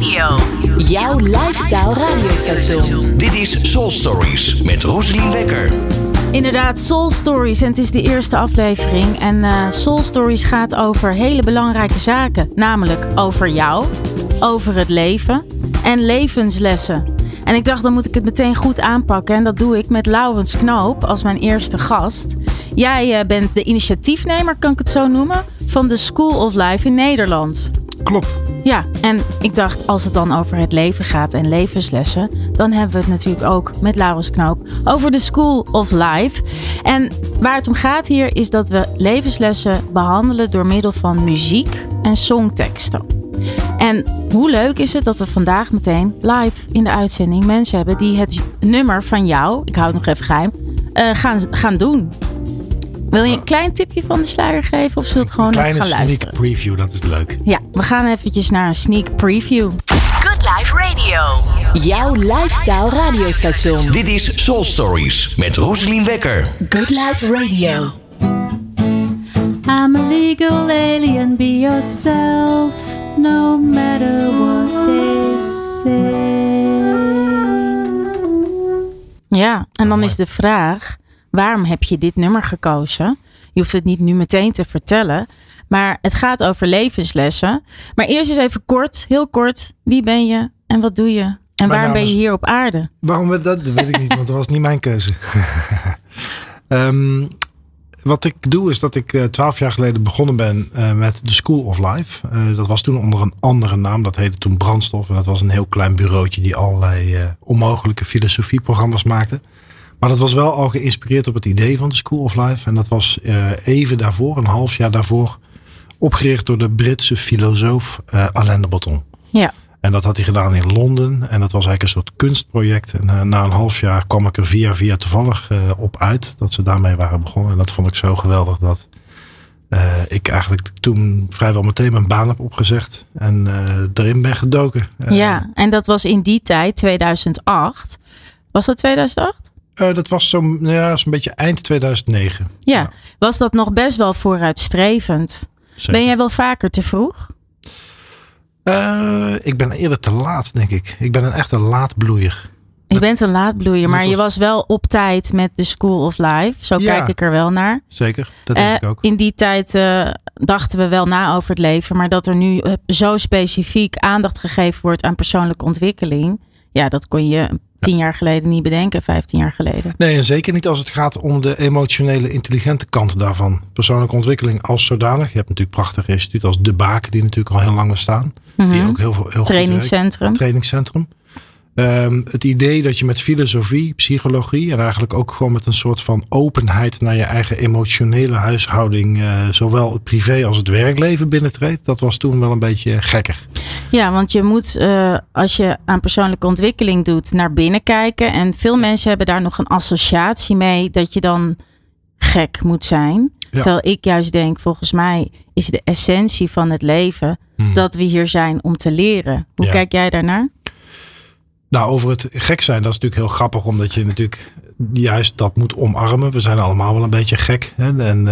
Radio. Jouw lifestyle radiostation. Dit is Soul Stories met Roselien Wekker. Inderdaad, Soul Stories. En het is de eerste aflevering. En Soul Stories gaat over hele belangrijke zaken. Namelijk over jou, over het leven en levenslessen. En ik dacht, dan moet ik het meteen goed aanpakken. En dat doe ik met Laurens Knoop als mijn eerste gast. Jij bent de initiatiefnemer, kan ik het zo noemen, van de School of Life in Nederland. Klopt. Ja, en ik dacht, als het dan over het leven gaat en levenslessen, dan hebben we het natuurlijk ook met Laurens Knoop over de School of Life. En waar het om gaat hier is dat we levenslessen behandelen door middel van muziek en songteksten. En hoe leuk is het dat we vandaag meteen live in de uitzending mensen hebben die het nummer van jou, ik hou het nog even geheim, gaan doen. Wil je een klein tipje van de sluier geven of zult het gewoon even gaan luisteren? Een kleine sneak preview, dat is leuk. Ja, we gaan eventjes naar een sneak preview. Good Life Radio. Jouw lifestyle radiostation. Dit is Soul Stories met Roselien Wekker. Good Life Radio. I'm a legal alien, be yourself, no matter what they say. Ja, en dan is de vraag, waarom heb je dit nummer gekozen? Je hoeft het niet nu meteen te vertellen, maar het gaat over levenslessen. Maar eerst eens even kort, heel kort, wie ben je en wat doe je? En waarom ben je hier op aarde? Waarom dat weet ik niet, want dat was niet mijn keuze. Wat ik doe is dat ik 12 jaar geleden begonnen ben met de School of Life. Dat was toen onder een andere naam. Dat heette toen Brandstof. En dat was een heel klein bureautje die allerlei onmogelijke filosofieprogramma's maakte. Maar dat was wel al geïnspireerd op het idee van de School of Life. En dat was even daarvoor, een half jaar daarvoor, opgericht door de Britse filosoof Alain de Botton. Ja. En dat had hij gedaan in Londen. En dat was eigenlijk een soort kunstproject. En na een half jaar kwam ik er via toevallig op uit dat ze daarmee waren begonnen. En dat vond ik zo geweldig dat ik eigenlijk toen vrijwel meteen mijn baan heb opgezegd. En erin ben gedoken. Ja, en dat was in die tijd, 2008. Was dat 2008? Dat was zo'n beetje eind 2009. Ja, was dat nog best wel vooruitstrevend. Zeker. Ben jij wel vaker te vroeg? Ik ben eerder te laat, denk ik. Ik ben een echte laatbloeier. Je bent een laatbloeier, maar je was wel op tijd met de School of Life. Zo kijk ik er wel naar. Zeker, dat denk ik ook. In die tijd dachten we wel na over het leven. Maar dat er nu zo specifiek aandacht gegeven wordt aan persoonlijke ontwikkeling. Ja, dat kon je 10 jaar geleden niet bedenken, 15 jaar geleden. Nee, en zeker niet als het gaat om de emotionele, intelligente kant daarvan. Persoonlijke ontwikkeling als zodanig. Je hebt natuurlijk prachtige instituten als De Baken, die natuurlijk al heel lang bestaan. Mm-hmm. Die ook heel Trainingscentrum. Het idee dat je met filosofie, psychologie en eigenlijk ook gewoon met een soort van openheid naar je eigen emotionele huishouding, zowel het privé als het werkleven binnentreedt, dat was toen wel een beetje gekker. Ja, want je moet, als je aan persoonlijke ontwikkeling doet, naar binnen kijken. En veel mensen hebben daar nog een associatie mee dat je dan gek moet zijn. Ja. Terwijl ik juist denk, volgens mij is de essentie van het leven dat we hier zijn om te leren. Hoe kijk jij daarnaar? Nou, over het gek zijn, dat is natuurlijk heel grappig, omdat je natuurlijk juist dat moet omarmen. We zijn allemaal wel een beetje gek. Hè? En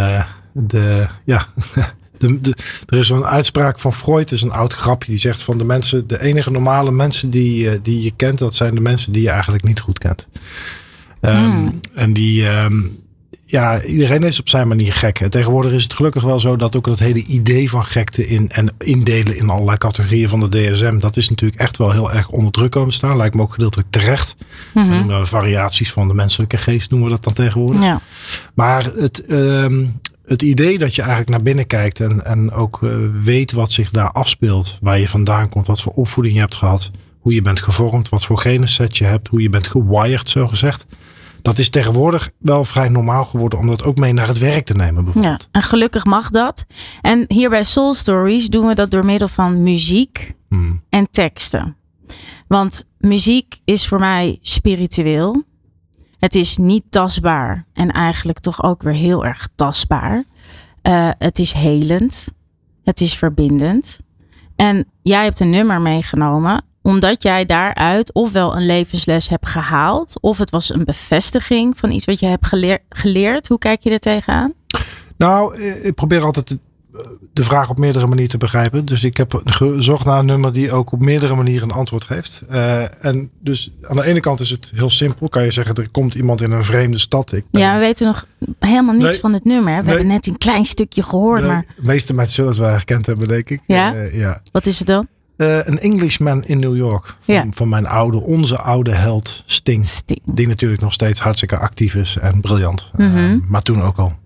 er is zo'n uitspraak van Freud, is een oud grapje, die zegt van de enige normale mensen die je kent, dat zijn de mensen die je eigenlijk niet goed kent. En iedereen is op zijn manier gek. En tegenwoordig is het gelukkig wel zo dat ook het hele idee van gekte en indelen in allerlei categorieën van de DSM, dat is natuurlijk echt wel heel erg onder druk komen te staan. Lijkt me ook gedeeltelijk terecht. Mm-hmm. Variaties van de menselijke geest noemen we dat dan tegenwoordig. Ja. Maar het idee dat je eigenlijk naar binnen kijkt en ook weet wat zich daar afspeelt, waar je vandaan komt, wat voor opvoeding je hebt gehad, hoe je bent gevormd, wat voor genenset je hebt, hoe je bent gewired, zo gezegd. Dat is tegenwoordig wel vrij normaal geworden om dat ook mee naar het werk te nemen bijvoorbeeld. Ja, en gelukkig mag dat. En hier bij Soul Stories doen we dat door middel van muziek en teksten. Want muziek is voor mij spiritueel. Het is niet tastbaar en eigenlijk toch ook weer heel erg tastbaar. Het is helend. Het is verbindend. En jij hebt een nummer meegenomen omdat jij daaruit ofwel een levensles hebt gehaald, of het was een bevestiging van iets wat je hebt geleerd. Hoe kijk je er tegenaan? Nou, ik probeer altijd de vraag op meerdere manieren te begrijpen. Dus ik heb gezocht naar een nummer die ook op meerdere manieren een antwoord geeft. En dus aan de ene kant is het heel simpel. Kan je zeggen, er komt iemand in een vreemde stad. We weten nog helemaal niets van het nummer. We hebben net een klein stukje gehoord. Maar... De meeste mensen zullen het wel herkend hebben, denk ik. Ja? Wat is het dan? Een Englishman in New York. Van onze oude held Sting. Die natuurlijk nog steeds hartstikke actief is en briljant. Maar toen ook al.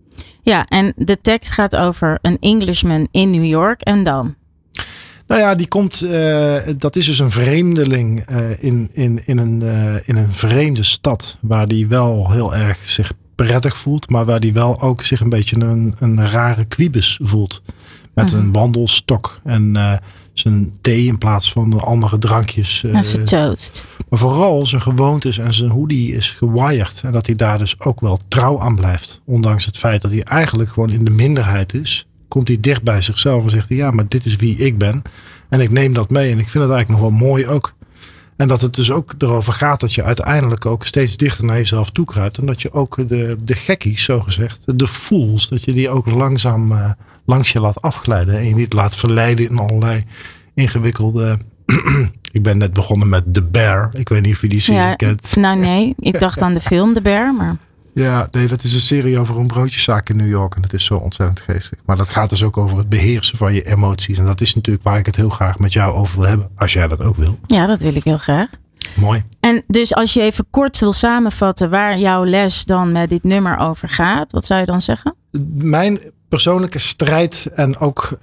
Ja, en de tekst gaat over een Englishman in New York. En dan? Nou ja, die komt. Dat is dus een vreemdeling in een vreemde stad. Waar die wel heel erg zich prettig voelt. Maar waar die wel ook zich een beetje een rare kwiebus voelt. Met een wandelstok. En zijn thee in plaats van de andere drankjes. En zijn toast. Maar vooral zijn gewoontes en zijn hoe die is gewired. En dat hij daar dus ook wel trouw aan blijft. Ondanks het feit dat hij eigenlijk gewoon in de minderheid is. Komt hij dicht bij zichzelf en zegt hij, ja, maar dit is wie ik ben. En ik neem dat mee en ik vind het eigenlijk nog wel mooi ook. En dat het dus ook erover gaat dat je uiteindelijk ook steeds dichter naar jezelf toe kruipt. En dat je ook de gekkies, zogezegd, de fools, dat je die ook langzaam langs je laat afglijden. En je niet laat verleiden in allerlei ingewikkelde... Ik ben net begonnen met The Bear. Ik weet niet of je die serie kent. Nou nee, ik dacht aan de film The Bear, maar... Ja, nee, dat is een serie over een broodjeszaak in New York. En dat is zo ontzettend geestig. Maar dat gaat dus ook over het beheersen van je emoties. En dat is natuurlijk waar ik het heel graag met jou over wil hebben. Als jij dat ook wil. Ja, dat wil ik heel graag. Mooi. En dus als je even kort wil samenvatten waar jouw les dan met dit nummer over gaat. Wat zou je dan zeggen? Mijn persoonlijke strijd en ook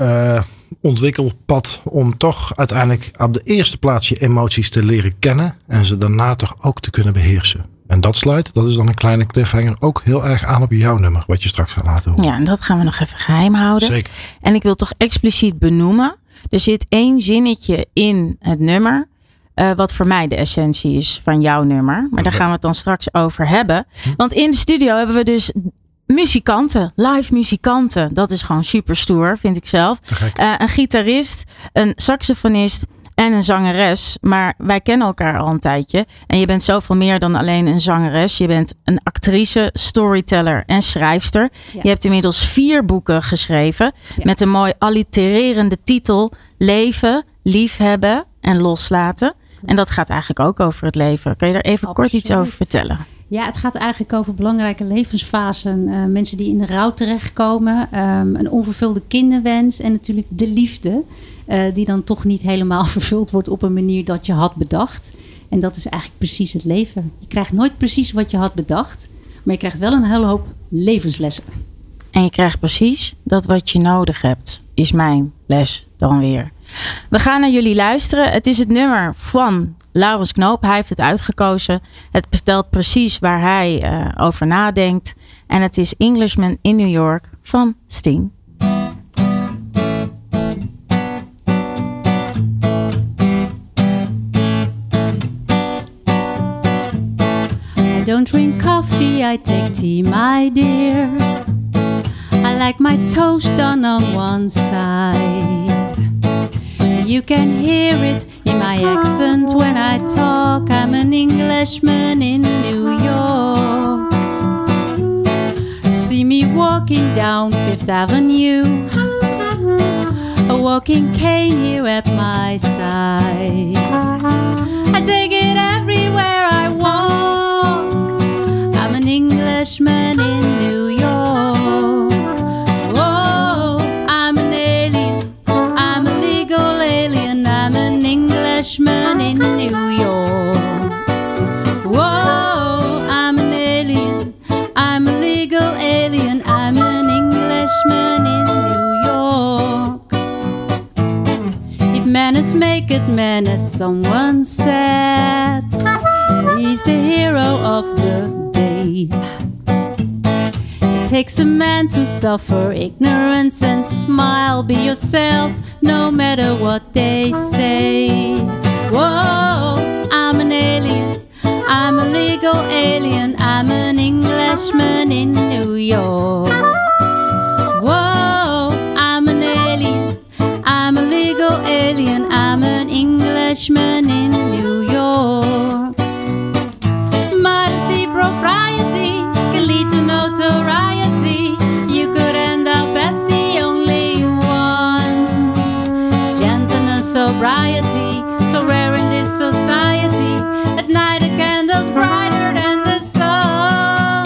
ontwikkelpad om toch uiteindelijk op de eerste plaats je emoties te leren kennen. En ze daarna toch ook te kunnen beheersen. En dat is dan een kleine cliffhanger, ook heel erg aan op jouw nummer, wat je straks gaat laten horen. Ja, en dat gaan we nog even geheim houden. Zeker. En ik wil toch expliciet benoemen, er zit 1 zinnetje in het nummer, wat voor mij de essentie is van jouw nummer. Maar daar gaan we het dan straks over hebben. Want in de studio hebben we dus muzikanten, live muzikanten. Dat is gewoon super stoer, vind ik zelf. Een gitarist, een saxofonist en een zangeres. Maar wij kennen elkaar al een tijdje. En je bent zoveel meer dan alleen een zangeres. Je bent een actrice, storyteller en schrijfster. Ja. Je hebt inmiddels 4 boeken geschreven. Ja. Met een mooi allitererende titel. Leven, liefhebben en loslaten. En dat gaat eigenlijk ook over het leven. Kun je er even kort iets over vertellen? Ja, het gaat eigenlijk over belangrijke levensfasen. Mensen die in de rouw terechtkomen. Een onvervulde kinderwens. En natuurlijk de liefde. Die dan toch niet helemaal vervuld wordt op een manier dat je had bedacht. En dat is eigenlijk precies het leven. Je krijgt nooit precies wat je had bedacht. Maar je krijgt wel een hele hoop levenslessen. En je krijgt precies dat wat je nodig hebt. Is mijn les dan weer. We gaan naar jullie luisteren. Het is het nummer van Laurens Knoop. Hij heeft het uitgekozen. Het vertelt precies waar hij over nadenkt. En het is Englishman in New York van Sting. I don't drink coffee, I take tea, my dear. I like my toast done on one side. You can hear it in my accent when I talk. I'm an Englishman in New York. See me walking down Fifth Avenue, a walking cane here at my side. I take it everywhere I walk. I'm an Englishman in New York. Oh, I'm an alien. I'm a legal alien. I'm an Englishman in New York. Whoa, I'm an alien. I'm a legal alien. I'm an Englishman in New York. If manners make it manners, someone said, he's the hero of the day. It takes a man to suffer ignorance and smile. Be yourself, no matter what they say. Whoa, I'm an alien. I'm a legal alien. I'm an Englishman in New York. Whoa, I'm an alien. I'm a legal alien. I'm an Englishman in New York. Modesty, propriety can lead to notoriety. You could end up as the only variety, so rare in this society. At night a candle's brighter than the sun.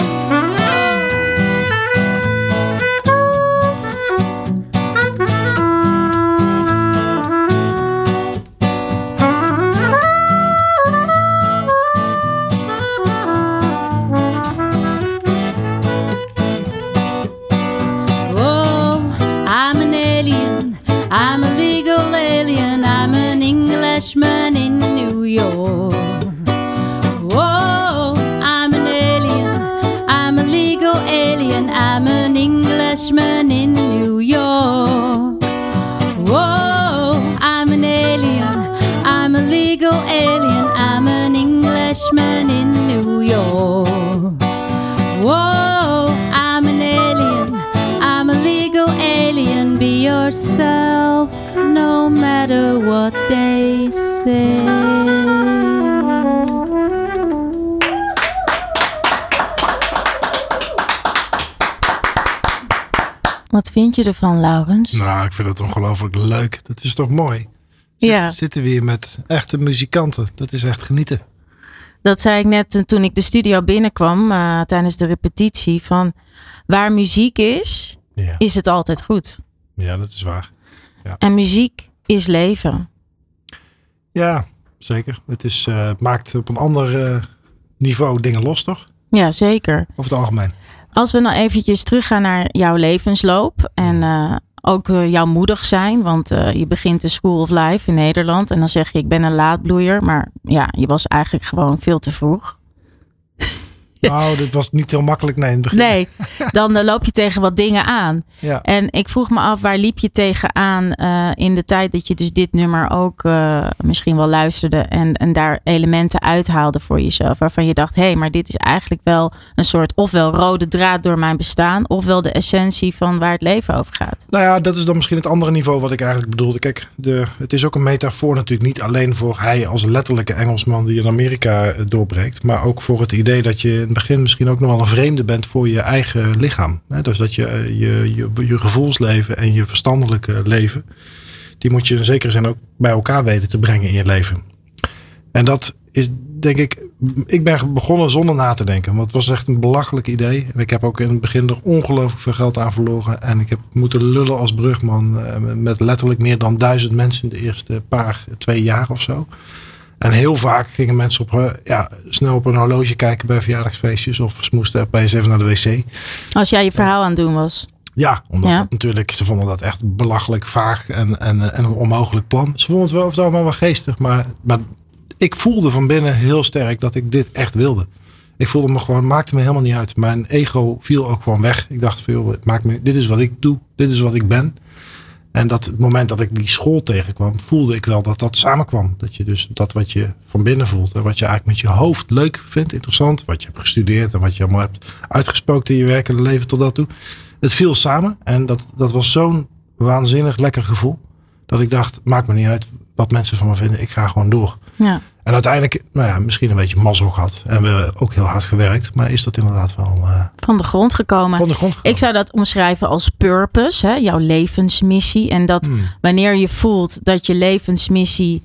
Oh, I'm an alien, I'm a legal alien, I'm an Englishman in New York. Oh, I'm an alien, I'm a legal alien, I'm an Englishman in New York. Oh, I'm an alien, I'm a legal alien, I'm an Englishman in New York. Whoa, I'm an alien, I'm a legal alien. Be yourself, no matter what they say. Wat vind je ervan, Laurens? Nou, ik vind het ongelooflijk leuk. Dat is toch mooi? Ja. Zitten we hier met echte muzikanten. Dat is echt genieten. Dat zei ik net toen ik de studio binnenkwam tijdens de repetitie. Van waar muziek is, Ja, is het altijd goed. ja, dat is waar. En muziek is leven. Ja, zeker. Het maakt op een ander niveau dingen los, toch? Ja, zeker. Over het algemeen. Als we nou eventjes teruggaan naar jouw levensloop. En ook jouw moedig zijn. Want je begint de School of Life in Nederland. En dan zeg je, ik ben een laatbloeier. Maar ja, je was eigenlijk gewoon veel te vroeg. Nou, dit was niet heel makkelijk, nee, in het begin. Nee, dan loop je tegen wat dingen aan. Ja. En ik vroeg me af, waar liep je tegenaan in de tijd dat je dus dit nummer ook misschien wel luisterde en daar elementen uithaalde voor jezelf. Waarvan je dacht, hé, maar dit is eigenlijk wel een soort ofwel rode draad door mijn bestaan, ofwel de essentie van waar het leven over gaat. Nou ja, dat is dan misschien het andere niveau wat ik eigenlijk bedoelde. Kijk, het is ook een metafoor natuurlijk niet alleen voor hij als letterlijke Engelsman die in Amerika doorbreekt. Maar ook voor het idee dat je in het begin misschien ook nog wel een vreemde bent voor je eigen lichaam. Dus dat je gevoelsleven en je verstandelijke leven, die moet je in zekere zin ook bij elkaar weten te brengen in je leven. En dat is, denk ik ben begonnen zonder na te denken. Want het was echt een belachelijk idee. En ik heb ook in het begin er ongelooflijk veel geld aan verloren. En ik heb moeten lullen als brugman met letterlijk meer dan 1000 mensen in de eerste 2 jaar of zo. En heel vaak gingen mensen snel op een horloge kijken bij verjaardagsfeestjes. Of ze moesten opeens even naar de wc. Als jij je verhaal aan het doen was. Ja, omdat dat natuurlijk, ze vonden dat echt belachelijk vaag en een onmogelijk plan. Ze vonden het wel over het algemeen wel geestig. Maar ik voelde van binnen heel sterk dat ik dit echt wilde. Ik voelde me gewoon, maakte me helemaal niet uit. Mijn ego viel ook gewoon weg. Ik dacht veel, dit is wat ik doe. Dit is wat ik ben. En dat het moment dat ik die school tegenkwam, voelde ik wel dat dat samenkwam. Dat je dus dat wat je van binnen voelt en wat je eigenlijk met je hoofd leuk vindt, interessant. Wat je hebt gestudeerd en wat je allemaal hebt uitgespookt in je werkende leven tot dat toe. Het viel samen en dat was zo'n waanzinnig lekker gevoel. Dat ik dacht, maakt me niet uit wat mensen van me vinden. Ik ga gewoon door. Ja. En uiteindelijk, misschien een beetje mazzel gehad. En we hebben ook heel hard gewerkt. Maar is dat inderdaad wel van de grond gekomen. Van de grond gekomen. Ik zou dat omschrijven als purpose. Hè? Jouw levensmissie. En dat wanneer je voelt dat je levensmissie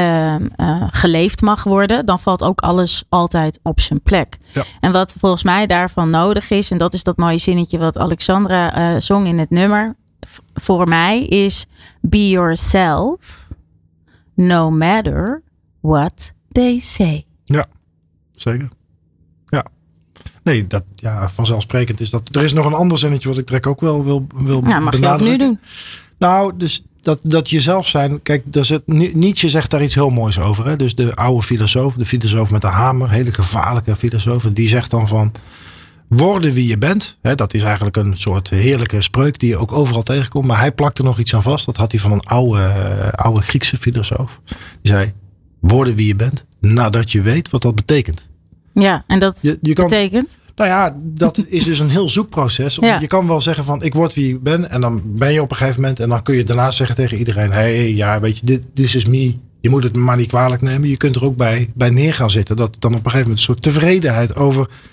geleefd mag worden. Dan valt ook alles altijd op zijn plek. Ja. En wat volgens mij daarvan nodig is. En dat is dat mooie zinnetje wat Alexandra zong in het nummer. Voor mij is be yourself. No matter what they say. Ja, zeker. Ja. Nee, vanzelfsprekend is dat. Er is nog een ander zinnetje wat ik direct ook wel wil mag benadrukken. je ook nu doen. Nou, dus dat jezelf zijn. Kijk, Nietzsche zegt daar iets heel moois over. Hè? Dus de oude filosoof, de filosoof met de hamer, hele gevaarlijke filosoof. Die zegt dan van, worden wie je bent. Hè? Dat is eigenlijk een soort heerlijke spreuk die je ook overal tegenkomt. Maar hij plakt er nog iets aan vast. Dat had hij van een oude Griekse filosoof. Die zei, worden wie je bent nadat je weet wat dat betekent. Ja, en dat betekent? Nou ja, dat is dus een heel zoekproces. Ja. Je kan wel zeggen van ik word wie ik ben. En dan ben je op een gegeven moment. En dan kun je daarna zeggen tegen iedereen. Weet je, this is me. Je moet het me maar niet kwalijk nemen. Je kunt er ook bij neer gaan zitten. Dat dan op een gegeven moment een soort tevredenheid over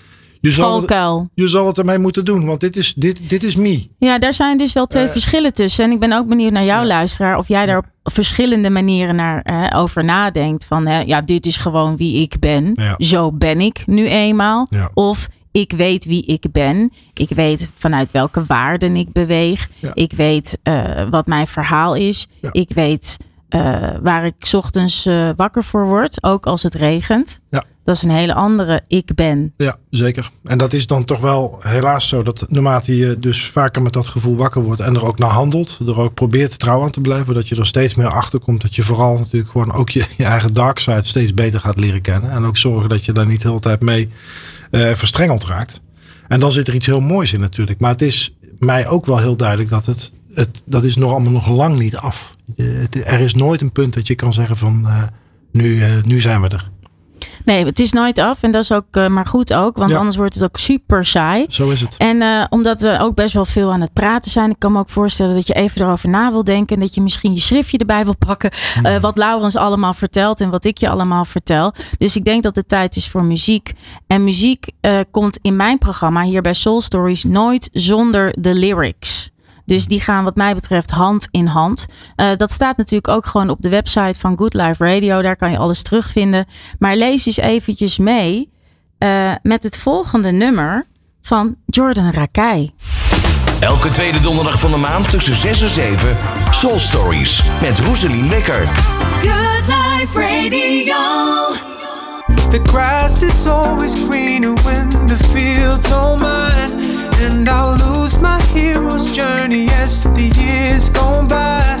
valkuil. Je zal het ermee moeten doen, want dit is me. Ja, daar zijn dus wel twee verschillen tussen. En ik ben ook benieuwd naar jouw luisteraar. Of jij daar op verschillende manieren over nadenkt. Van dit is gewoon wie ik ben. Ja. Zo ben ik nu eenmaal. Ja. Of ik weet wie ik ben. Ik weet vanuit welke waarden ik beweeg. Ja. Ik weet wat mijn verhaal is. Ja. Ik weet waar ik 's ochtends wakker voor word. Ook als het regent. Ja. Dat is een hele andere ik ben. Ja, zeker. En dat is dan toch wel helaas zo. Dat naarmate je dus vaker met dat gevoel wakker wordt. En er ook naar handelt. Er ook probeert trouw aan te blijven. Dat je er steeds meer achter komt. Dat je vooral natuurlijk gewoon ook je eigen dark side steeds beter gaat leren kennen. En ook zorgen dat je daar niet de hele tijd mee verstrengeld raakt. En dan zit er iets heel moois in natuurlijk. Maar het is mij ook wel heel duidelijk dat dat is allemaal nog lang niet af. Er is nooit een punt dat je kan zeggen van nu zijn we er. Nee, het is nooit af. En dat is ook maar goed ook. Want anders wordt het ook super saai. Zo is het. En omdat we ook best wel veel aan het praten zijn. Ik kan me ook voorstellen dat je even erover na wil denken. En dat je misschien je schriftje erbij wil pakken. Wat Laurens allemaal vertelt. En wat ik je allemaal vertel. Dus ik denk dat het tijd is voor muziek. En muziek komt in mijn programma hier bij Soul Stories nooit zonder de lyrics. Dus die gaan wat mij betreft hand in hand. Dat staat natuurlijk ook gewoon op de website van Good Life Radio. Daar kan je alles terugvinden. Maar lees eens eventjes mee met het volgende nummer van Jordan Rakei. Elke tweede donderdag van de maand tussen 6 en 7 Soul Stories met Roeselien Wekker. Good Life Radio. The grass is always greener when the fields are mine. And I'll lose my hero's journey as the years go by.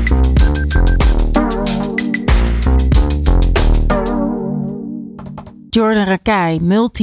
Jordan Rakei,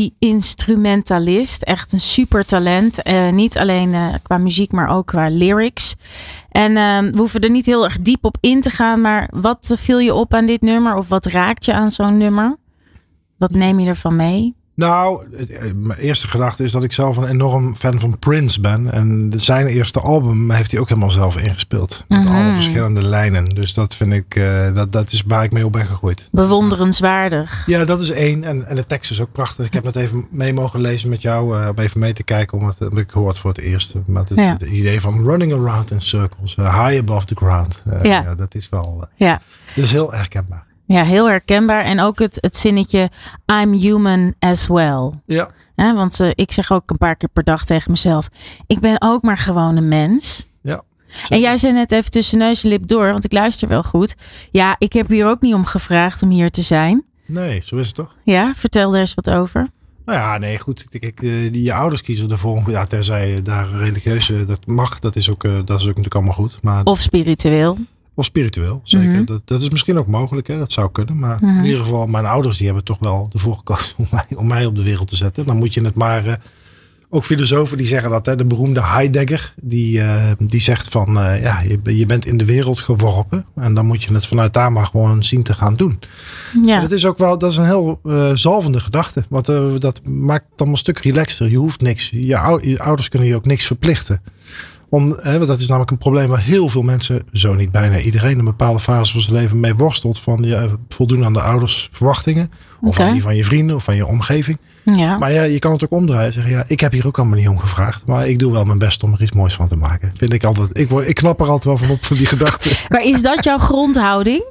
multi-instrumentalist. Echt een super talent. Niet alleen qua muziek, maar ook qua lyrics. En we hoeven er niet heel erg diep op in te gaan. Maar wat viel je op aan dit nummer? Of wat raakt je aan zo'n nummer? Wat neem je ervan mee? Nou, mijn eerste gedachte is dat ik zelf een enorm fan van Prince ben. En zijn eerste album heeft hij ook helemaal zelf ingespeeld. Met alle verschillende lijnen. Dus dat vind ik, dat is waar ik mee op ben gegroeid. Bewonderenswaardig. Ja, dat is één. En de tekst is ook prachtig. Ik heb net even mee mogen lezen met jou. Om even mee te kijken. Omdat heb ik gehoord voor het eerst. Maar het idee van running around in circles. High above the ground. Ja, dat is wel dat is heel herkenbaar. Ja, heel herkenbaar. En ook het zinnetje I'm human as well. Ja. Want ik zeg ook een paar keer per dag tegen mezelf. Ik ben ook maar gewoon een mens. Ja. En jij zei net even tussen neus en lip door. Want ik luister wel goed. Ja, ik heb hier ook niet om gevraagd om hier te zijn. Nee, zo is het toch? Ja, vertel daar eens wat over. Nou ja, nee, goed. Kijk, je ouders kiezen ervoor. Ja, tenzij daar religieuze, dat mag. Dat is ook natuurlijk allemaal goed. Maar of spiritueel. Of spiritueel, zeker. Mm-hmm. Dat is misschien ook mogelijk, hè? Dat zou kunnen. Maar in ieder geval, mijn ouders die hebben toch wel ervoor gekozen om mij op de wereld te zetten. Dan moet je het maar... ook filosofen die zeggen dat, hè, de beroemde Heidegger, die zegt van, je bent in de wereld geworpen. En dan moet je het vanuit daar maar gewoon zien te gaan doen. Ja. En dat is ook wel, dat is een heel zalvende gedachte. Want dat maakt het allemaal een stuk relaxter. Je hoeft niks. Je ouders kunnen je ook niks verplichten. Want dat is namelijk een probleem waar heel veel mensen, zo niet bijna iedereen, een bepaalde fase van zijn leven mee worstelt. Van voldoen aan de ouders verwachtingen. Of aan die van je vrienden of van je omgeving. Ja. Maar je kan het ook omdraaien. Zeggen, ik heb hier ook allemaal niet om gevraagd. Maar ik doe wel mijn best om er iets moois van te maken. Vind ik altijd. Ik knap er altijd wel van op van die gedachten. Maar is dat jouw grondhouding?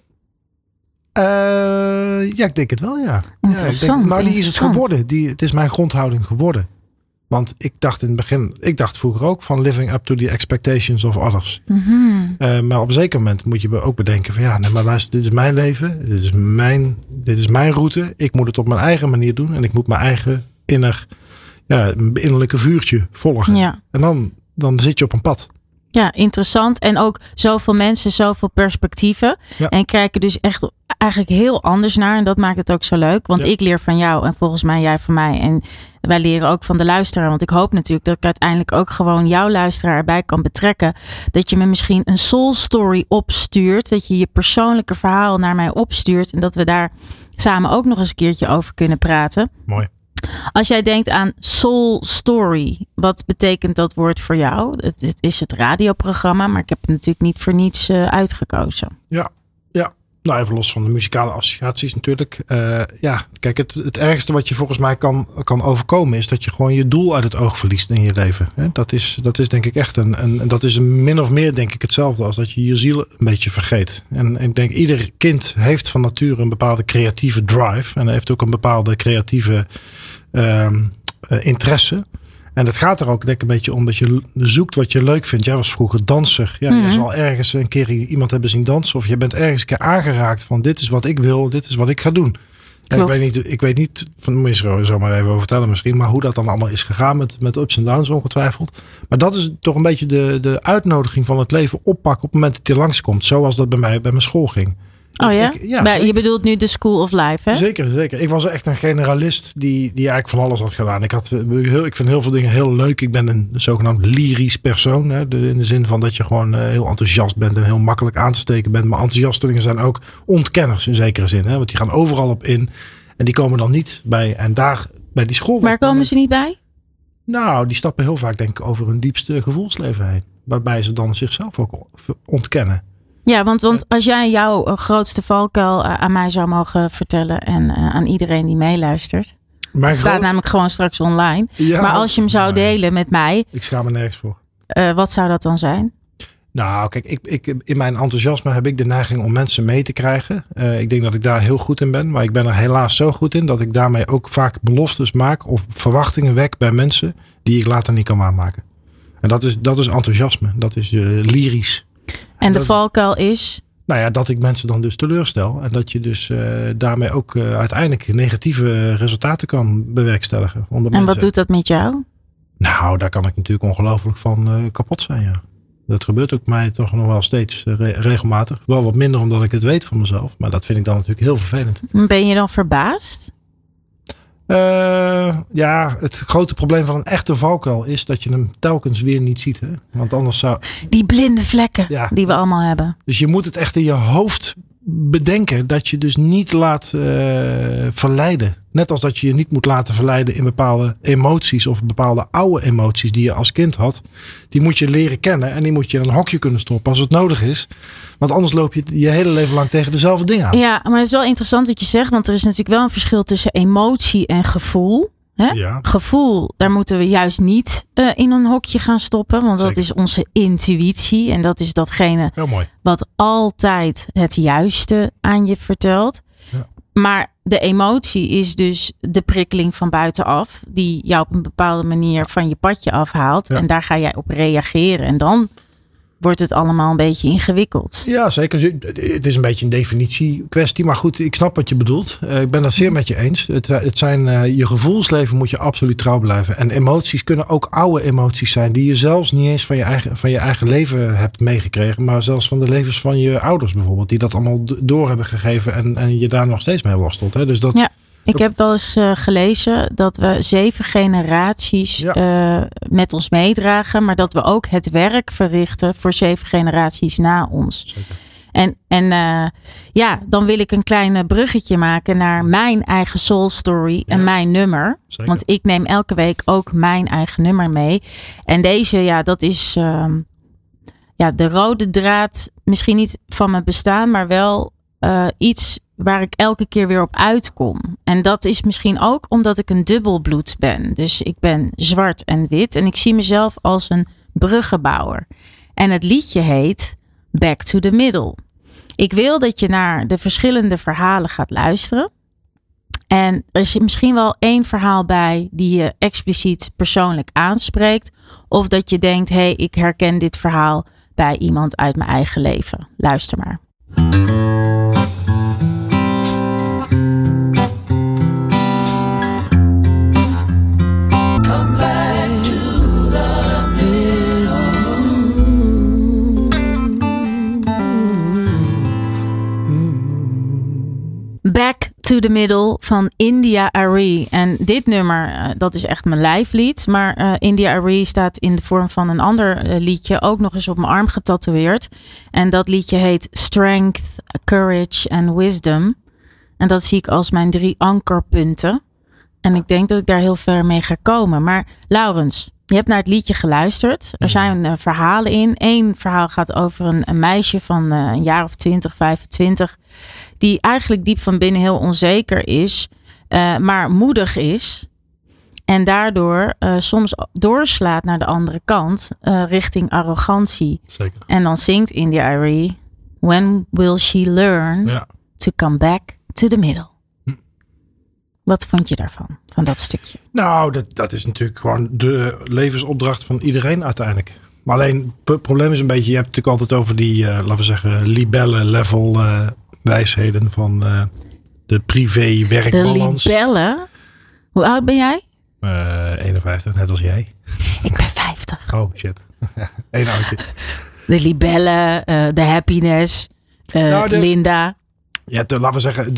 Ja, ik denk het wel, ja. Interessant. Maar die is het geworden. Het is mijn grondhouding geworden. Want ik dacht in het begin, vroeger ook van living up to the expectations of others. Mm-hmm. Maar op een zeker moment moet je ook bedenken van nee, maar luister, dit is mijn leven. Dit is mijn route. Ik moet het op mijn eigen manier doen. En ik moet mijn eigen innerlijke vuurtje volgen. Ja. En dan zit je op een pad. Ja, interessant. En ook zoveel mensen, zoveel perspectieven. Ja. En kijken dus echt eigenlijk heel anders naar. En dat maakt het ook zo leuk. Want ik leer van jou en volgens mij jij van mij. En wij leren ook van de luisteraar. Want ik hoop natuurlijk dat ik uiteindelijk ook gewoon jouw luisteraar erbij kan betrekken. Dat je me misschien een soul story opstuurt. Dat je je persoonlijke verhaal naar mij opstuurt. En dat we daar samen ook nog eens een keertje over kunnen praten. Mooi. Als jij denkt aan Soul Story, wat betekent dat woord voor jou? Het is het radioprogramma, maar ik heb het natuurlijk niet voor niets uitgekozen. Ja. Nou, even los van de muzikale associaties natuurlijk. Kijk, het ergste wat je volgens mij kan overkomen is dat je gewoon je doel uit het oog verliest in je leven. Dat is denk ik echt dat is min of meer denk ik hetzelfde als dat je je ziel een beetje vergeet. En ik denk ieder kind heeft van nature een bepaalde creatieve drive en heeft ook een bepaalde creatieve interesse. En het gaat er ook denk ik een beetje om dat je zoekt wat je leuk vindt. Jij was vroeger danser. Ja, Je zal ergens een keer iemand hebben zien dansen. Of je bent ergens een keer aangeraakt van dit is wat ik wil. Dit is wat ik ga doen. En ik weet niet, moet je zo maar even over vertellen misschien. Maar hoe dat dan allemaal is gegaan met ups en downs ongetwijfeld. Maar dat is toch een beetje de uitnodiging van het leven oppakken op het moment dat je langskomt. Zoals dat bij mij bij mijn school ging. Oh ja? Je bedoelt nu de School of Life, hè? Zeker. Ik was echt een generalist die eigenlijk van alles had gedaan. Ik vind heel veel dingen heel leuk. Ik ben een zogenaamd lyrisch persoon. Hè? In de zin van dat je gewoon heel enthousiast bent en heel makkelijk aan te steken bent. Maar enthousiastelingen zijn ook ontkenners in zekere zin. Hè? Want die gaan overal op in. En die komen dan niet bij. En daar bij die school. Waar komen ze niet bij? Nou, die stappen heel vaak denk ik over hun diepste gevoelsleven heen. Waarbij ze dan zichzelf ook ontkennen. Ja, want als jij jouw grootste valkuil aan mij zou mogen vertellen en aan iedereen die meeluistert. Het staat namelijk gewoon straks online. Ja, maar als je hem zou delen met mij. Ik schaam me nergens voor. Wat zou dat dan zijn? Nou, kijk, ik in mijn enthousiasme heb ik de neiging om mensen mee te krijgen. Ik denk dat ik daar heel goed in ben. Maar ik ben er helaas zo goed in dat ik daarmee ook vaak beloftes maak of verwachtingen wek bij mensen die ik later niet kan waarmaken. En dat is enthousiasme. Dat is lyrisch. En de valkuil is? Nou ja, dat ik mensen dan dus teleurstel. En dat je dus daarmee ook uiteindelijk negatieve resultaten kan bewerkstelligen. En wat doet dat met jou? Nou, daar kan ik natuurlijk ongelooflijk van kapot zijn, ja. Dat gebeurt ook mij toch nog wel steeds regelmatig. Wel wat minder omdat ik het weet van mezelf. Maar dat vind ik dan natuurlijk heel vervelend. Ben je dan verbaasd? Het grote probleem van een echte valkuil is dat je hem telkens weer niet ziet. Hè? Want anders zou... Die blinde vlekken die we allemaal hebben. Dus je moet het echt in je hoofd bedenken dat je dus niet laat verleiden. Net als dat je je niet moet laten verleiden in bepaalde emoties of bepaalde oude emoties die je als kind had. Die moet je leren kennen en die moet je in een hokje kunnen stoppen als het nodig is. Want anders loop je je hele leven lang tegen dezelfde dingen aan. Ja, maar het is wel interessant wat je zegt. Want er is natuurlijk wel een verschil tussen emotie en gevoel. Hè? Ja. Gevoel, daar moeten we juist niet in een hokje gaan stoppen. Want dat is onze intuïtie. En dat is datgene wat altijd het juiste aan je vertelt. Ja. Maar de emotie is dus de prikkeling van buitenaf. Die jou op een bepaalde manier van je padje afhaalt. Ja. En daar ga jij op reageren. En dan wordt het allemaal een beetje ingewikkeld. Ja, zeker. Het is een beetje een definitiekwestie. Maar goed, ik snap wat je bedoelt. Ik ben dat zeer met je eens. Het zijn je gevoelsleven moet je absoluut trouw blijven. En emoties kunnen ook oude emoties zijn. Die je zelfs niet eens van je eigen leven hebt meegekregen. Maar zelfs van de levens van je ouders bijvoorbeeld. Die dat allemaal door hebben gegeven. En je daar nog steeds mee worstelt. Hè? Dus dat... Ja. Ik heb wel eens gelezen dat we 7 generaties met ons meedragen. Maar dat we ook het werk verrichten voor 7 generaties na ons. Zeker. En dan wil ik een klein bruggetje maken naar mijn eigen soul story en mijn nummer. Zeker. Want ik neem elke week ook mijn eigen nummer mee. En deze, dat is de rode draad. Misschien niet van mijn bestaan, maar wel iets waar ik elke keer weer op uitkom. En dat is misschien ook omdat ik een dubbelbloed ben. Dus ik ben zwart en wit. En ik zie mezelf als een bruggenbouwer. En het liedje heet Back to the Middle. Ik wil dat je naar de verschillende verhalen gaat luisteren. En er is misschien wel 1 verhaal bij die je expliciet persoonlijk aanspreekt. Of dat je denkt, ik herken dit verhaal bij iemand uit mijn eigen leven. Luister maar. Back to the Middle van India Arie. En dit nummer, dat is echt mijn lijflied. Maar India Arie staat in de vorm van een ander liedje ook nog eens op mijn arm getatoeëerd. En dat liedje heet Strength, Courage and Wisdom. En dat zie ik als mijn 3 ankerpunten. En ik denk dat ik daar heel ver mee ga komen. Maar Laurens, Je hebt naar het liedje geluisterd. Er zijn verhalen in. Eén verhaal gaat over een meisje van een jaar of 20, 25. Die eigenlijk diep van binnen heel onzeker is. Maar moedig is. En daardoor soms doorslaat naar de andere kant. Richting arrogantie. Zeker. En dan zingt India.Arie. When will she learn to come back to the middle? Wat vond je daarvan? Van dat stukje? Nou, dat is natuurlijk gewoon de levensopdracht van iedereen uiteindelijk. Maar alleen, het probleem is een beetje... Je hebt het natuurlijk altijd over die, laten we zeggen... libelle-level wijsheden van de privé-werkbalans. De libellen? Hoe oud ben jij? 51, net als jij. Ik ben 50. Oh, shit. Eén oudje. De libellen, de happiness, Linda... Je hebt, laten we zeggen,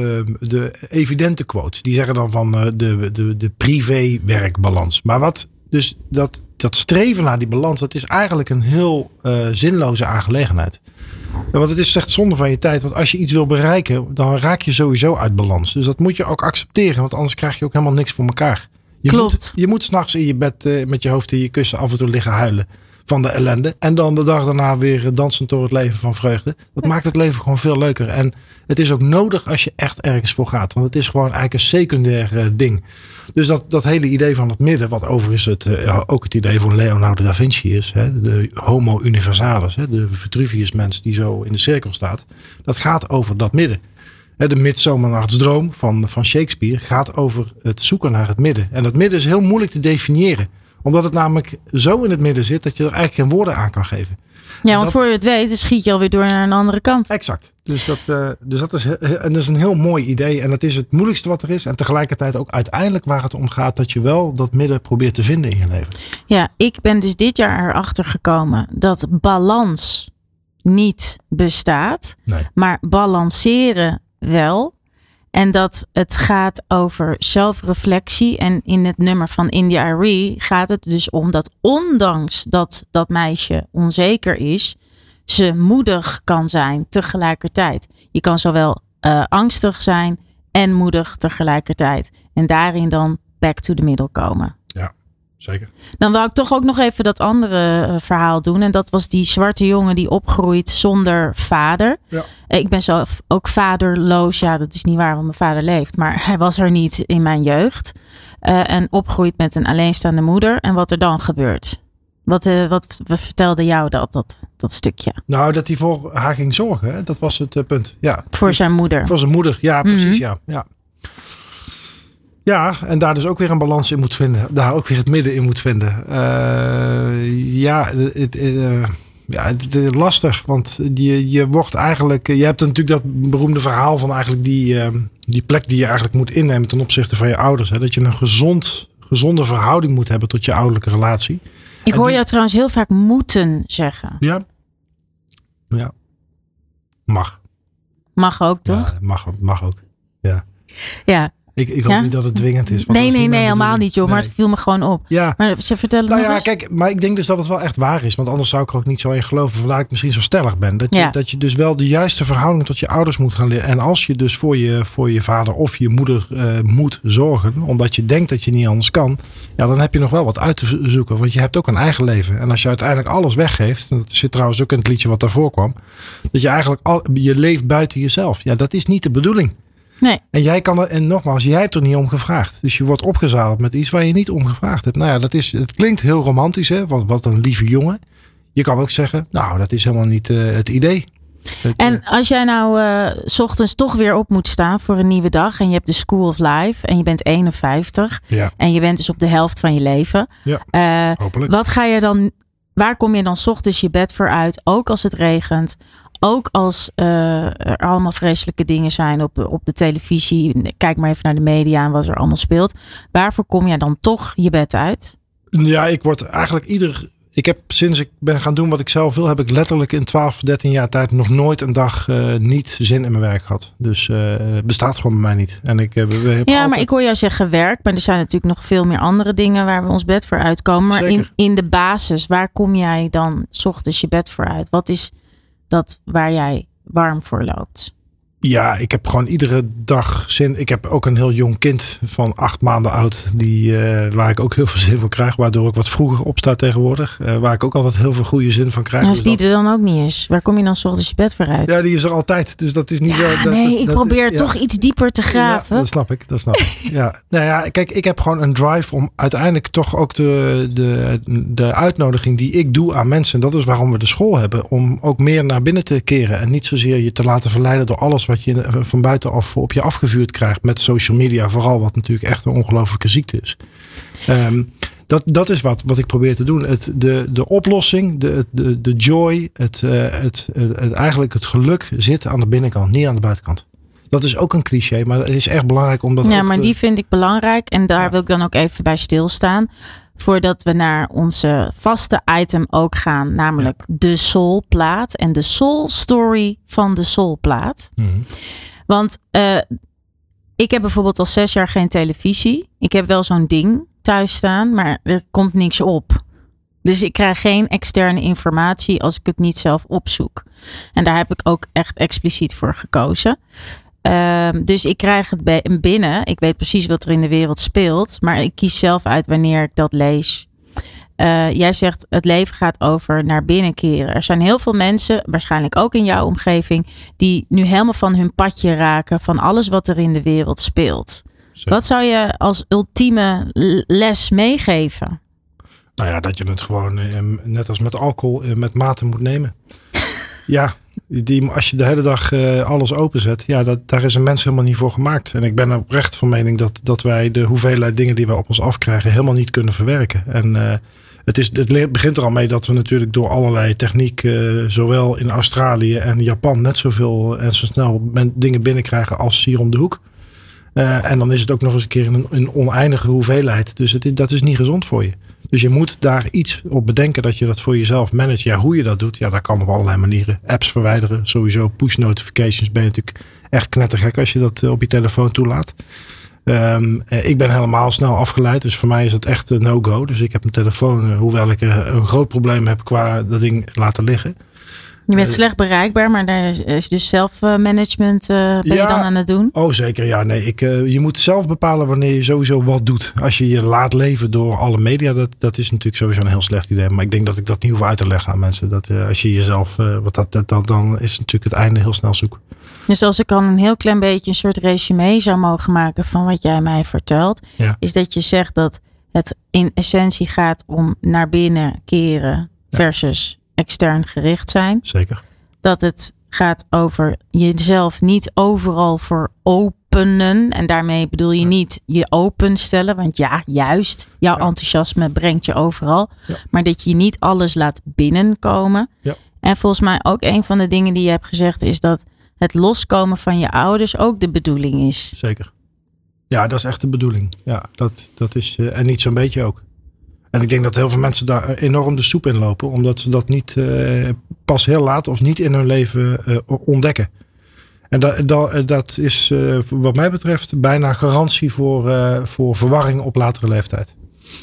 de evidente quotes. Die zeggen dan van de privé-werkbalans. Maar wat dus dat streven naar die balans, dat is eigenlijk een heel zinloze aangelegenheid. Want het is echt zonde van je tijd. Want als je iets wil bereiken, dan raak je sowieso uit balans. Dus dat moet je ook accepteren. Want anders krijg je ook helemaal niks voor elkaar. Klopt. Je moet 's nachts in je bed met je hoofd in je kussen af en toe liggen huilen. Van de ellende. En dan de dag daarna weer dansend door het leven van vreugde. Dat maakt het leven gewoon veel leuker. En het is ook nodig als je echt ergens voor gaat. Want het is gewoon eigenlijk een secundair ding. Dus dat hele idee van het midden. Wat overigens ook het idee van Leonardo da Vinci is. Hè, de homo universalis. Hè, de Vitruvius mens die zo in de cirkel staat. Dat gaat over dat midden. De Midsomernachtsdroom van Shakespeare gaat over het zoeken naar het midden. En dat midden is heel moeilijk te definiëren. Omdat het namelijk zo in het midden zit dat je er eigenlijk geen woorden aan kan geven. Ja, want voor je het weet, dan schiet je alweer door naar een andere kant. Exact. Dus dat is een heel mooi idee. En dat is het moeilijkste wat er is. En tegelijkertijd ook uiteindelijk waar het om gaat dat je wel dat midden probeert te vinden in je leven. Ja, ik ben dus dit jaar erachter gekomen dat balans niet bestaat. Nee. Maar balanceren wel. En dat het gaat over zelfreflectie. En in het nummer van India.Arie gaat het dus om dat ondanks dat meisje onzeker is, ze moedig kan zijn tegelijkertijd. Je kan zowel angstig zijn en moedig tegelijkertijd. En daarin dan back to the middle komen. Ja, zeker. Dan wou ik toch ook nog even dat andere verhaal doen. En dat was die zwarte jongen die opgroeit zonder vader. Ja. Ik ben zelf ook vaderloos. Ja, dat is niet waar, want mijn vader leeft. Maar hij was er niet in mijn jeugd. En opgroeit met een alleenstaande moeder. En wat er dan gebeurt. Wat vertelde jou dat stukje? Nou, dat hij voor haar ging zorgen. Hè? Dat was het punt. Ja. Voor zijn moeder. Voor zijn moeder, ja, precies. Ja. Ja, en daar dus ook weer een balans in moet vinden. Daar ook weer het midden in moet vinden. Het is lastig. Want je wordt eigenlijk... Je hebt natuurlijk dat beroemde verhaal van eigenlijk die plek die je eigenlijk moet innemen ten opzichte van je ouders. Hè? Dat je een gezonde verhouding moet hebben tot je ouderlijke relatie. Ik hoor jou trouwens heel vaak moeten zeggen. Ja. Mag. Mag ook, toch? Ja, mag ook. Ja. Ja. Ik hoop niet dat het dwingend is. Nee, helemaal niet, joh. Nee. Maar het viel me gewoon op. Ja. Maar ze vertellen nog eens. Kijk, maar ik denk dus dat het wel echt waar is. Want anders zou ik er ook niet zo in geloven. Vandaar dat ik misschien zo stellig ben. Dat je dus wel de juiste verhouding tot je ouders moet gaan leren. En als je dus voor je vader of je moeder moet zorgen. Omdat je denkt dat je niet anders kan. Ja, dan heb je nog wel wat uit te zoeken. Want je hebt ook een eigen leven. En als je uiteindelijk alles weggeeft. En dat zit trouwens ook in het liedje wat daarvoor kwam. Dat je eigenlijk je leeft buiten jezelf. Ja, dat is niet de bedoeling. Nee. En jij kan en nogmaals, jij hebt er niet om gevraagd. Dus je wordt opgezadeld met iets waar je niet om gevraagd hebt. Nou ja, het klinkt heel romantisch, hè? Wat een lieve jongen. Je kan ook zeggen, nou, dat is helemaal niet het idee. En als jij nou 's ochtends toch weer op moet staan voor een nieuwe dag. En je hebt de School of Life. En je bent 51. Ja. En je bent dus op de helft van je leven. Ja, hopelijk. Wat ga je dan, waar kom je dan 's ochtends je bed voor uit? Ook als het regent. Ook als er allemaal vreselijke dingen zijn op de televisie. Kijk maar even naar de media en wat er allemaal speelt. Waarvoor kom jij dan toch je bed uit? Ja, ik word eigenlijk ik heb sinds ik ben gaan doen wat ik zelf wil, heb ik letterlijk in 12, 13 jaar tijd nog nooit een dag niet zin in mijn werk gehad. Dus het bestaat gewoon bij mij niet. En maar ik hoor jou zeggen werk, maar er zijn natuurlijk nog veel meer andere dingen waar we ons bed voor uitkomen. Maar in de basis, waar kom jij dan 's ochtends je bed voor uit? Wat is dat waar jij warm voor loopt? Ja, ik heb gewoon iedere dag zin. Ik heb ook een heel jong kind van 8 maanden oud. Waar ik ook heel veel zin van krijg. Waardoor ik wat vroeger opsta tegenwoordig. Waar ik ook altijd heel veel goede zin van krijg. En als die er dan ook niet is, waar kom je dan 's ochtends je bed voor uit? Ja, die is er altijd. Dus dat is niet zo. Ik probeer toch iets dieper te graven. Ja, dat snap ik. Ja. Nou ja, kijk, ik heb gewoon een drive om uiteindelijk toch ook de uitnodiging die ik doe aan mensen. En dat is waarom we de school hebben. Om ook meer naar binnen te keren. En niet zozeer je te laten verleiden door alles wat je van buitenaf op je afgevuurd krijgt met social media. Vooral wat natuurlijk echt een ongelofelijke ziekte is. Dat is wat ik probeer te doen. De oplossing, de joy, eigenlijk het geluk zit aan de binnenkant, niet aan de buitenkant. Dat is ook een cliché, maar het is echt belangrijk om dat. Ja, maar die vind ik belangrijk en daar wil ik dan ook even bij stilstaan. Voordat we naar onze vaste item ook gaan, namelijk de soulplaat en de soul story van de soulplaat. Mm-hmm. Want ik heb bijvoorbeeld al 6 jaar geen televisie. Ik heb wel zo'n ding thuis staan, maar er komt niks op. Dus ik krijg geen externe informatie als ik het niet zelf opzoek. En daar heb ik ook echt expliciet voor gekozen. Dus ik krijg het binnen. Ik weet precies wat er in de wereld speelt. Maar ik kies zelf uit wanneer ik dat lees. Jij zegt het leven gaat over naar binnen keren. Er zijn heel veel mensen, waarschijnlijk ook in jouw omgeving, die nu helemaal van hun padje raken van alles wat er in de wereld speelt. Zo. Wat zou je als ultieme les meegeven? Nou ja, dat je het gewoon net als met alcohol met mate moet nemen. Ja. Als je de hele dag alles openzet, daar is een mens helemaal niet voor gemaakt. En ik ben oprecht van mening dat wij de hoeveelheid dingen die wij op ons afkrijgen helemaal niet kunnen verwerken. En het begint er al mee dat we natuurlijk door allerlei techniek, zowel in Australië en Japan, net zoveel en zo snel dingen binnenkrijgen als hier om de hoek. En dan is het ook nog eens een keer een oneindige hoeveelheid. Dus dat is niet gezond voor je. Dus je moet daar iets op bedenken dat je dat voor jezelf managt. Ja, hoe je dat doet, dat kan op allerlei manieren. Apps verwijderen, sowieso push notifications. Ben je natuurlijk echt knettergek als je dat op je telefoon toelaat. Ik ben helemaal snel afgeleid. Dus voor mij is het echt een no-go. Dus ik heb mijn telefoon, hoewel ik een groot probleem heb qua dat ding laten liggen. Je bent slecht bereikbaar, maar daar is dus zelfmanagement ben je dan aan het doen? Oh zeker, ja. Nee, je moet zelf bepalen wanneer je sowieso wat doet. Als je je laat leven door alle media, dat is natuurlijk sowieso een heel slecht idee. Maar ik denk dat ik dat niet hoef uit te leggen aan mensen. Dat als je jezelf, dan is natuurlijk het einde heel snel zoeken. Dus als ik dan een heel klein beetje een soort resume zou mogen maken van wat jij mij vertelt. Ja. Is dat je zegt dat het in essentie gaat om naar binnen keren versus extern gericht zijn. Zeker. Dat het gaat over jezelf niet overal voor openen. En daarmee bedoel je niet je openstellen. Want juist, jouw enthousiasme brengt je overal. Ja. Maar dat je niet alles laat binnenkomen. Ja. En volgens mij ook een van de dingen die je hebt gezegd is dat het loskomen van je ouders ook de bedoeling is. Zeker. Ja, dat is echt de bedoeling. Ja, dat is en niet zo'n beetje ook. En ik denk dat heel veel mensen daar enorm de soep in lopen. Omdat ze dat niet pas heel laat of niet in hun leven ontdekken. En dat is wat mij betreft bijna garantie voor verwarring op latere leeftijd.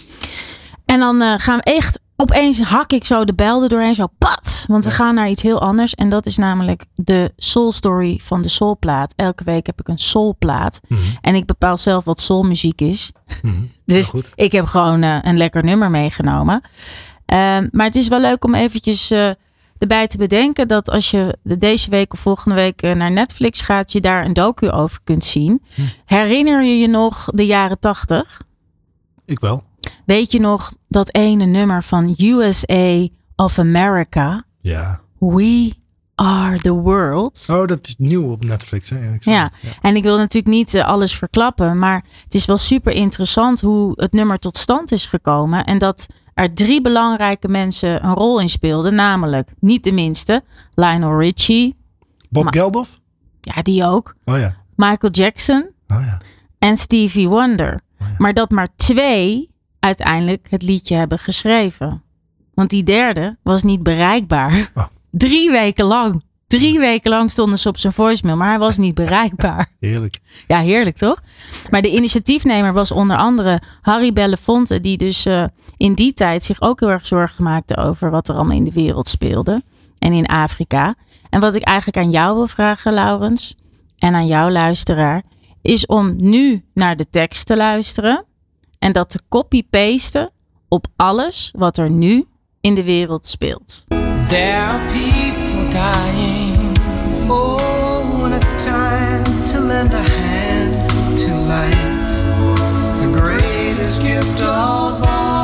En dan gaan we echt opeens hak ik zo de bijl er doorheen. Zo pat. Want we gaan naar iets heel anders. En dat is namelijk de soul story van de soulplaat. Elke week heb ik een soulplaat. Mm-hmm. En ik bepaal zelf wat soulmuziek is. Mm-hmm. Dus ik heb gewoon een lekker nummer meegenomen. Maar het is wel leuk om eventjes erbij te bedenken dat als je deze week of volgende week naar Netflix gaat, je daar een docu over kunt zien. Herinner je je nog de jaren 80? Ik wel. Weet je nog dat ene nummer van USA of America? Ja. We are the world. Oh, dat is nieuw op Netflix. Hè? Ja, en ik wil natuurlijk niet alles verklappen. Maar het is wel super interessant hoe het nummer tot stand is gekomen. En dat er 3 belangrijke mensen een rol in speelden. Namelijk, niet de minste, Lionel Richie. Bob Geldof? Ja, die ook. Oh ja. Michael Jackson. Oh ja. En Stevie Wonder. Oh ja. Maar dat maar 2 uiteindelijk het liedje hebben geschreven. Want die derde was niet bereikbaar. Oh. 3 weken lang. 3 weken lang stonden ze op zijn voicemail, maar hij was niet bereikbaar. Heerlijk. Ja, heerlijk toch? Maar de initiatiefnemer was onder andere Harry Belafonte, die dus in die tijd zich ook heel erg zorgen maakte over wat er allemaal in de wereld speelde. En in Afrika. En wat ik eigenlijk aan jou wil vragen, Laurens. en aan jou luisteraar is om nu naar de tekst te luisteren en dat te copy-pasten op alles wat er nu in de wereld speelt. There are people dying. Oh, when it's time to lend a hand to life, the greatest gift of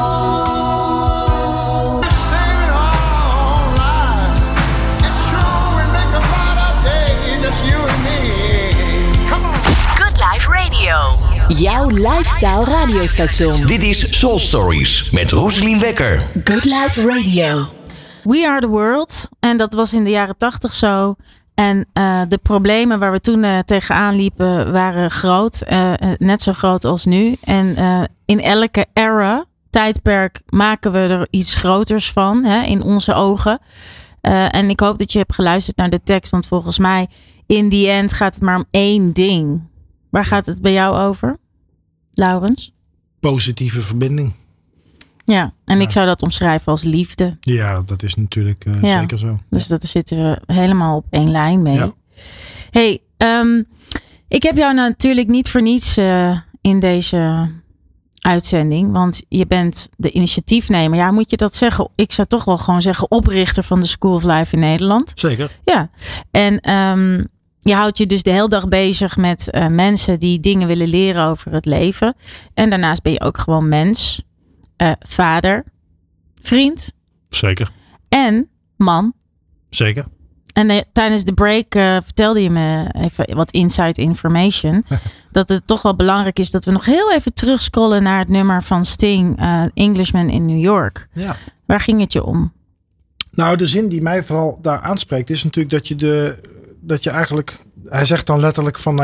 all. Saving our own lives. It's true, we make a brighter day, just you and me. Come on. Good Life Radio. Jouw lifestyle radiostation. Dit is Soul Stories met Roselien Wekker. Good Life Radio. We Are The World. En dat was in de jaren 80 zo. En de problemen waar we toen tegenaan liepen waren groot. Net zo groot als nu. En in elke tijdperk maken we er iets groters van. Hè, in onze ogen. En ik hoop dat je hebt geluisterd naar de tekst. Want volgens mij in the end gaat het maar om één ding. Waar gaat het bij jou over, Laurens? Positieve verbinding. Ja, en ik zou dat omschrijven als liefde. Ja, dat is natuurlijk zeker zo. Dus daar zitten we helemaal op één lijn mee. Ja. Hey, ik heb jou natuurlijk niet voor niets in deze uitzending. Want je bent de initiatiefnemer. Ja, moet je dat zeggen? Ik zou toch wel gewoon zeggen oprichter van de School of Life in Nederland. Zeker. Ja, en je houdt je dus de hele dag bezig met mensen die dingen willen leren over het leven. En daarnaast ben je ook gewoon mens, vader, vriend. Zeker. En man. Zeker. En tijdens de break vertelde je me even wat inside information. Dat het toch wel belangrijk is dat we nog heel even terugscrollen naar het nummer van Sting, Englishman in New York. Ja. Waar ging het je om? Nou, de zin die mij vooral daar aanspreekt is natuurlijk dat je eigenlijk, hij zegt dan letterlijk van,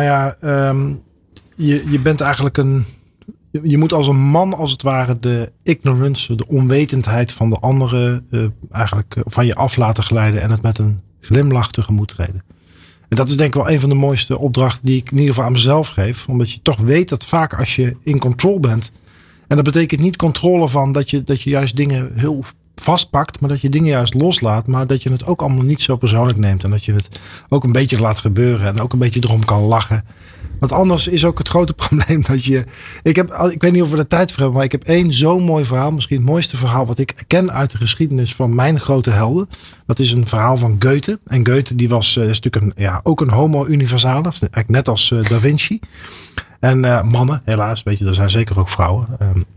je bent eigenlijk je moet als een man als het ware de ignorance, de onwetendheid van de anderen eigenlijk van je af laten glijden en het met een glimlach tegemoet treden. En dat is denk ik wel een van de mooiste opdrachten die ik in ieder geval aan mezelf geef. Omdat je toch weet dat vaak als je in control bent, en dat betekent niet controle van dat je juist dingen heel vastpakt, maar dat je dingen juist loslaat, maar dat je het ook allemaal niet zo persoonlijk neemt en dat je het ook een beetje laat gebeuren en ook een beetje erom kan lachen. Want anders is ook het grote probleem dat ik weet niet of we de tijd voor hebben, maar ik heb één zo'n mooi verhaal, misschien het mooiste verhaal wat ik ken uit de geschiedenis van mijn grote helden. Dat is een verhaal van Goethe. En Goethe die was is natuurlijk ook een homo universalis, eigenlijk net als Da Vinci. En mannen, helaas, weet je, er zijn zeker ook vrouwen.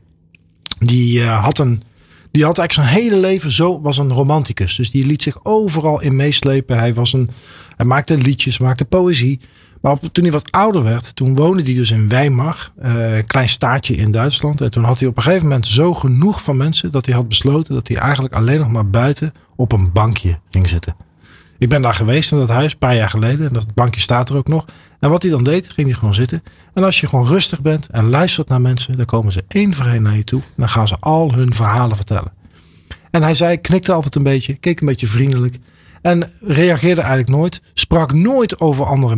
Die had eigenlijk zijn hele leven was een romanticus. Dus die liet zich overal in meeslepen. Hij maakte liedjes, maakte poëzie. Maar toen hij wat ouder werd, toen woonde hij dus in Weimar. Een klein staatje in Duitsland. En toen had hij op een gegeven moment zo genoeg van mensen dat hij had besloten dat hij eigenlijk alleen nog maar buiten op een bankje ging zitten. Ik ben daar geweest in dat huis een paar jaar geleden. En dat bankje staat er ook nog. En wat hij dan deed, ging hij gewoon zitten. En als je gewoon rustig bent en luistert naar mensen, dan komen ze één voor één naar je toe. En dan gaan ze al hun verhalen vertellen. En hij knikte altijd een beetje, keek een beetje vriendelijk. En reageerde eigenlijk nooit. Sprak nooit over andere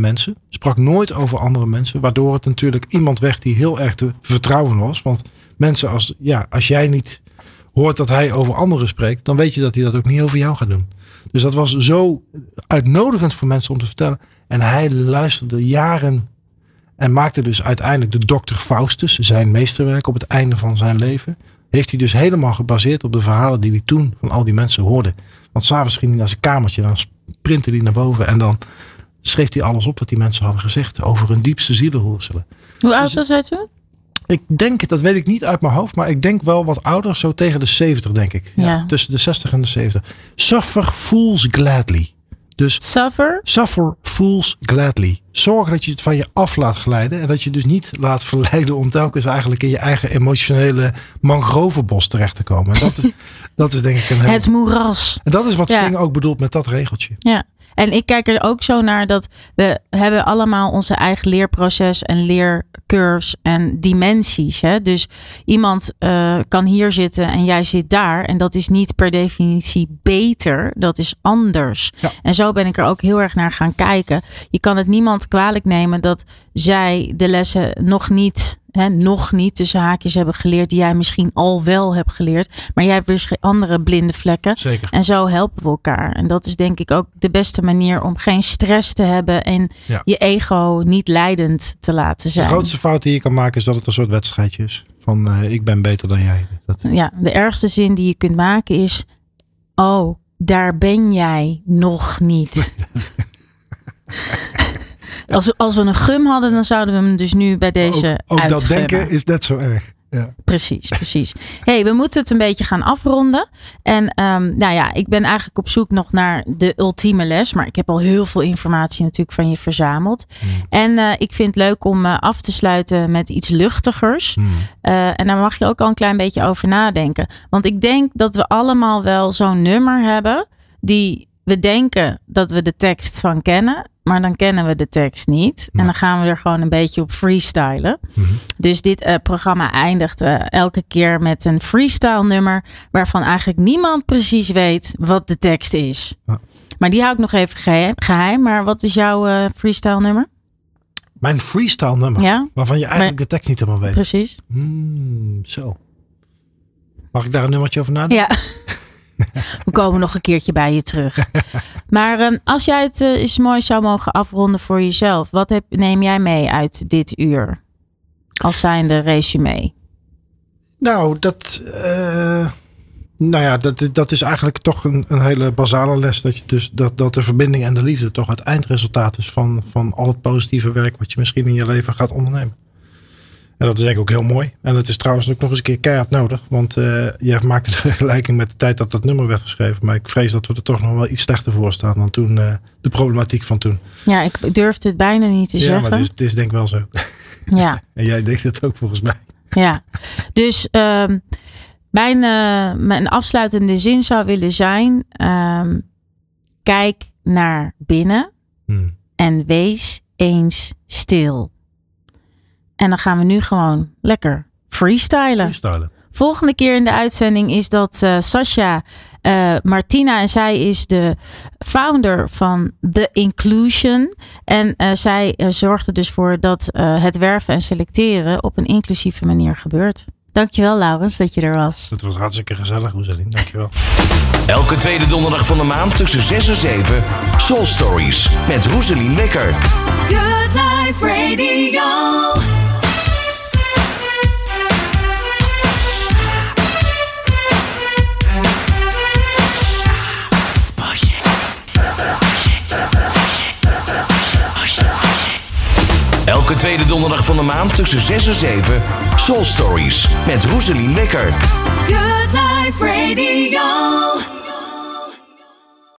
mensen. Waardoor het natuurlijk iemand werd die heel erg te vertrouwen was. Want mensen als jij niet hoort dat hij over anderen spreekt, dan weet je dat hij dat ook niet over jou gaat doen. Dus dat was zo uitnodigend voor mensen om te vertellen. En hij luisterde jaren en maakte dus uiteindelijk de Dr. Faustus, zijn meesterwerk op het einde van zijn leven. Heeft hij dus helemaal gebaseerd op de verhalen die hij toen van al die mensen hoorde. Want s'avonds ging hij naar zijn kamertje, dan sprintte hij naar boven en dan schreef hij alles op wat die mensen hadden gezegd over hun diepste zielenroerselen. Hoe oud was hij toen? Ik denk, dat weet ik niet uit mijn hoofd, maar ik denk wel wat ouder, zo tegen de 70 denk ik. Ja. Tussen de 60 en de 70. Suffer fools gladly. Dus suffer fools gladly. Zorg dat je het van je af laat glijden en dat je dus niet laat verleiden om telkens eigenlijk in je eigen emotionele mangrovenbos terecht te komen. En dat is denk ik het moeras. En dat is wat Sting ook bedoelt met dat regeltje. Ja. En ik kijk er ook zo naar dat we hebben allemaal onze eigen leerproces en leercurves en dimensies. Hè? Dus iemand kan hier zitten en jij zit daar. En dat is niet per definitie beter. Dat is anders. Ja. En zo ben ik er ook heel erg naar gaan kijken. Je kan het niemand kwalijk nemen dat zij de lessen nog niet nog niet tussen haakjes hebben geleerd, die jij misschien al wel hebt geleerd. Maar jij hebt weer andere blinde vlekken. Zeker. En zo helpen we elkaar. En dat is denk ik ook de beste manier om geen stress te hebben en je ego niet leidend te laten zijn. De grootste fout die je kan maken is dat het een soort wedstrijdje is. Van ik ben beter dan jij. Ja, de ergste zin die je kunt maken is, oh, daar ben jij nog niet. Als we een gum hadden, dan zouden we hem dus nu bij deze ook dat uitgummen. denken is net zo erg. Ja. Precies. Hey, we moeten het een beetje gaan afronden. En ik ben eigenlijk op zoek nog naar de ultieme les. Maar ik heb al heel veel informatie natuurlijk van je verzameld. En ik vind het leuk om af te sluiten met iets luchtigers. En daar mag je ook al een klein beetje over nadenken. Want ik denk dat we allemaal wel zo'n nummer hebben die we denken dat we de tekst van kennen. Maar dan kennen we de tekst niet. En dan gaan we er gewoon een beetje op freestylen. Dus dit programma eindigt elke keer met een freestyle nummer. Waarvan eigenlijk niemand precies weet wat de tekst is. Maar die hou ik nog even geheim. Maar wat is jouw freestyle nummer? Mijn freestyle nummer? Ja? Waarvan je eigenlijk de tekst niet helemaal weet. Precies. Zo. Mag ik daar een nummertje over nadenken? Ja. We komen nog een keertje bij je terug. Maar als jij het eens mooi zou mogen afronden voor jezelf. Wat neem jij mee uit dit uur? Als zijnde resume. Nou, dat is eigenlijk toch een hele basale les. Dat de verbinding en de liefde toch het eindresultaat is van al het positieve werk wat je misschien in je leven gaat ondernemen. En dat is denk ik ook heel mooi. En het is trouwens ook nog eens een keer keihard nodig. Want je maakt de vergelijking met de tijd dat dat nummer werd geschreven. Maar ik vrees dat we er toch nog wel iets slechter voor staan dan toen de problematiek van toen. Ja, ik durfde het bijna niet te zeggen. Ja, maar het is denk ik wel zo. Ja. En jij denkt het ook volgens mij. Ja, dus mijn afsluitende zin zou willen zijn. Kijk naar binnen en wees eens stil. En dan gaan we nu gewoon lekker freestylen. Volgende keer in de uitzending is dat Sasha Martina. En zij is de founder van The Inclusion. En zij zorgt er dus voor dat het werven en selecteren op een inclusieve manier gebeurt. Dankjewel Laurens dat je er was. Het was hartstikke gezellig, Roeselien. Dankjewel. Elke tweede donderdag van de maand tussen 6 en 7 Soul Stories met Roeselien Wekker. Good Life Radio. Elke tweede donderdag van de maand tussen 6 en 7 Soul Stories met Roeselien Wekker. Good Life Radio.